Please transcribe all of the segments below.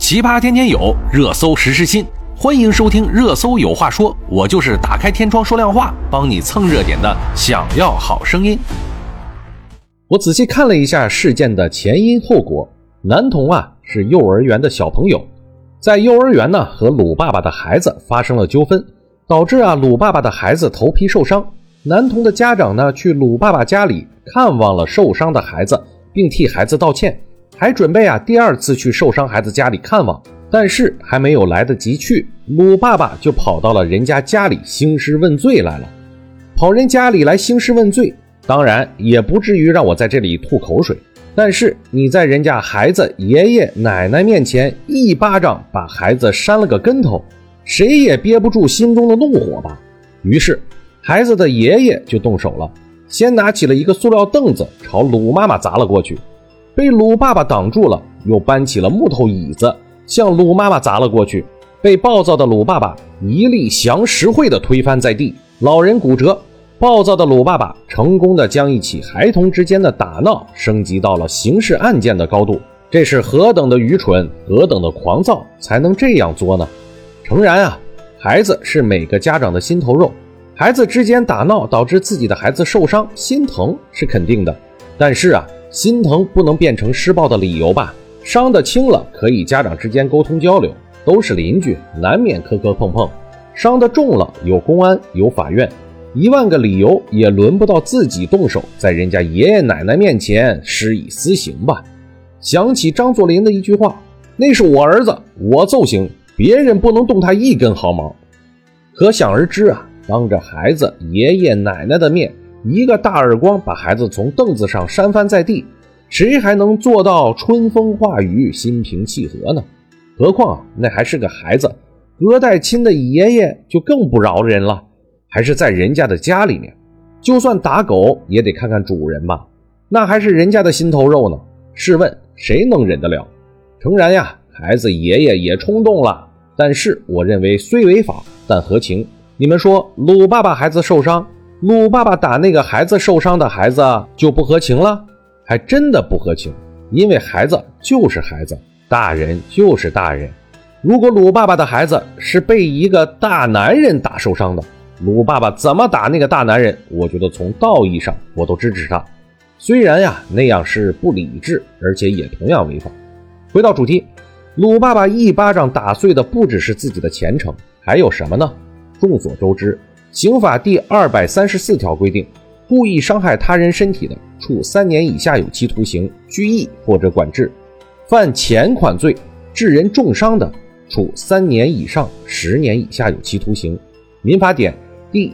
奇葩天天有，热搜时时新。欢迎收听热搜有话说，我就是打开天窗说亮话，帮你蹭热点的想要好声音。我仔细看了一下事件的前因后果，男童是幼儿园的小朋友，在幼儿园和鲁爸爸的孩子发生了纠纷，导致鲁爸爸的孩子头皮受伤。男童的家长去鲁爸爸家里看望了受伤的孩子，并替孩子道歉，还准备第二次去受伤孩子家里看望，但是还没有来得及去，鲁爸爸就跑到了人家家里兴师问罪来了。跑人家里来兴师问罪，当然也不至于让我在这里吐口水，但是你在人家孩子爷爷奶奶面前一巴掌把孩子扇了个跟头，谁也憋不住心中的怒火吧。于是孩子的爷爷就动手了，先拿起了一个塑料凳子朝鲁妈妈砸了过去，被鲁爸爸挡住了，又搬起了木头椅子向鲁妈妈砸了过去，被暴躁的鲁爸爸一力降十会地推翻在地，老人骨折。暴躁的鲁爸爸成功地将一起孩童之间的打闹升级到了刑事案件的高度，这是何等的愚蠢，何等的狂躁，才能这样做呢？诚然孩子是每个家长的心头肉，孩子之间打闹导致自己的孩子受伤，心疼是肯定的，但是心疼不能变成施暴的理由吧。伤得轻了可以家长之间沟通交流，都是邻居，难免磕磕碰碰。伤得重了有公安有法院，10000个理由也轮不到自己动手在人家爷爷奶奶面前施以私刑吧。想起张作霖的一句话，那是我儿子，我奏行，别人不能动他一根毫毛。可想而知当着孩子爷爷奶奶的面，一个大耳光把孩子从凳子上扇翻在地，谁还能做到春风化雨心平气和呢？何况那还是个孩子，隔代亲的爷爷就更不饶人了，还是在人家的家里面，就算打狗也得看看主人吧，那还是人家的心头肉呢，试问谁能忍得了？诚然孩子爷爷也冲动了，但是我认为虽违法但合情。你们说鲁爸爸孩子受伤，鲁爸爸打那个孩子受伤的孩子就不合情了？还真的不合情，因为孩子就是孩子，大人就是大人。如果鲁爸爸的孩子是被一个大男人打受伤的，鲁爸爸怎么打那个大男人，我觉得从道义上我都支持他，虽然那样是不理智，而且也同样违法。回到主题，鲁爸爸一巴掌打碎的不只是自己的前程，还有什么呢？众所周知，刑法第234条规定，故意伤害他人身体的，处3年以下有期徒刑、拘役或者管制；犯前款罪致人重伤的，处3年以上10年以下有期徒刑。民法典第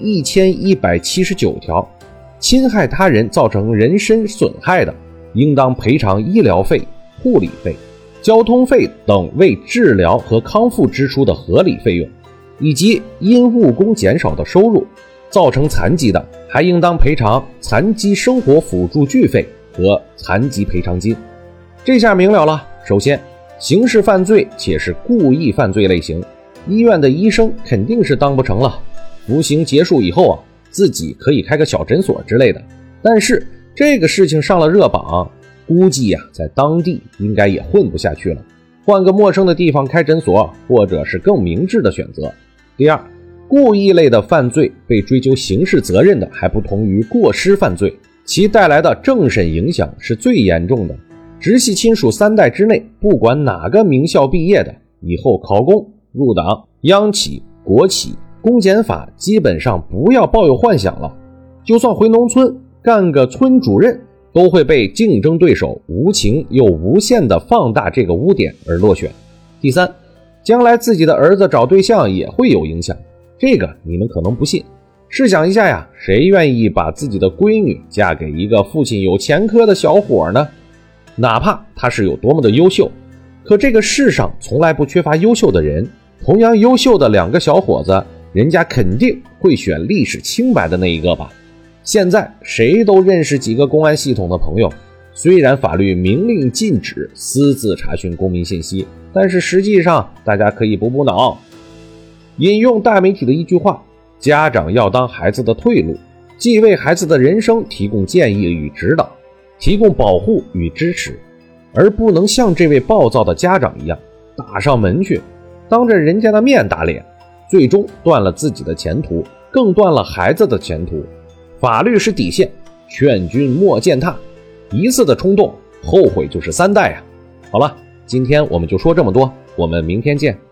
1179条，侵害他人造成人身损害的，应当赔偿医疗费、护理费、交通费等为治疗和康复支出的合理费用，以及因误工减少的收入。造成残疾的，还应当赔偿残疾生活辅助具费和残疾赔偿金。这下明了了，首先刑事犯罪且是故意犯罪类型，医院的医生肯定是当不成了，服刑结束以后自己可以开个小诊所之类的。但是这个事情上了热榜，估计在当地应该也混不下去了，换个陌生的地方开诊所，或者是更明智的选择。第二，故意类的犯罪被追究刑事责任的还不同于过失犯罪，其带来的政审影响是最严重的。直系亲属3代之内，不管哪个名校毕业的，以后考公、入党、央企、国企、公检法基本上不要抱有幻想了，就算回农村干个村主任，都会被竞争对手无情又无限地放大这个污点而落选。第三，将来自己的儿子找对象也会有影响，这个你们可能不信，试想一下谁愿意把自己的闺女嫁给一个父亲有前科的小伙呢？哪怕他是有多么的优秀，可这个世上从来不缺乏优秀的人，同样优秀的2个小伙子，人家肯定会选历史清白的那一个吧。现在谁都认识几个公安系统的朋友，虽然法律明令禁止私自查询公民信息，但是实际上大家可以补脑。引用大媒体的一句话，家长要当孩子的退路，既为孩子的人生提供建议与指导，提供保护与支持，而不能像这位暴躁的家长一样， 打上门去，当着人家的面打脸，最终断了自己的前途，更断了孩子的前途。法律是底线，劝君莫践踏，一次的冲动，后悔就是3代啊。好了，今天我们就说这么多，我们明天见。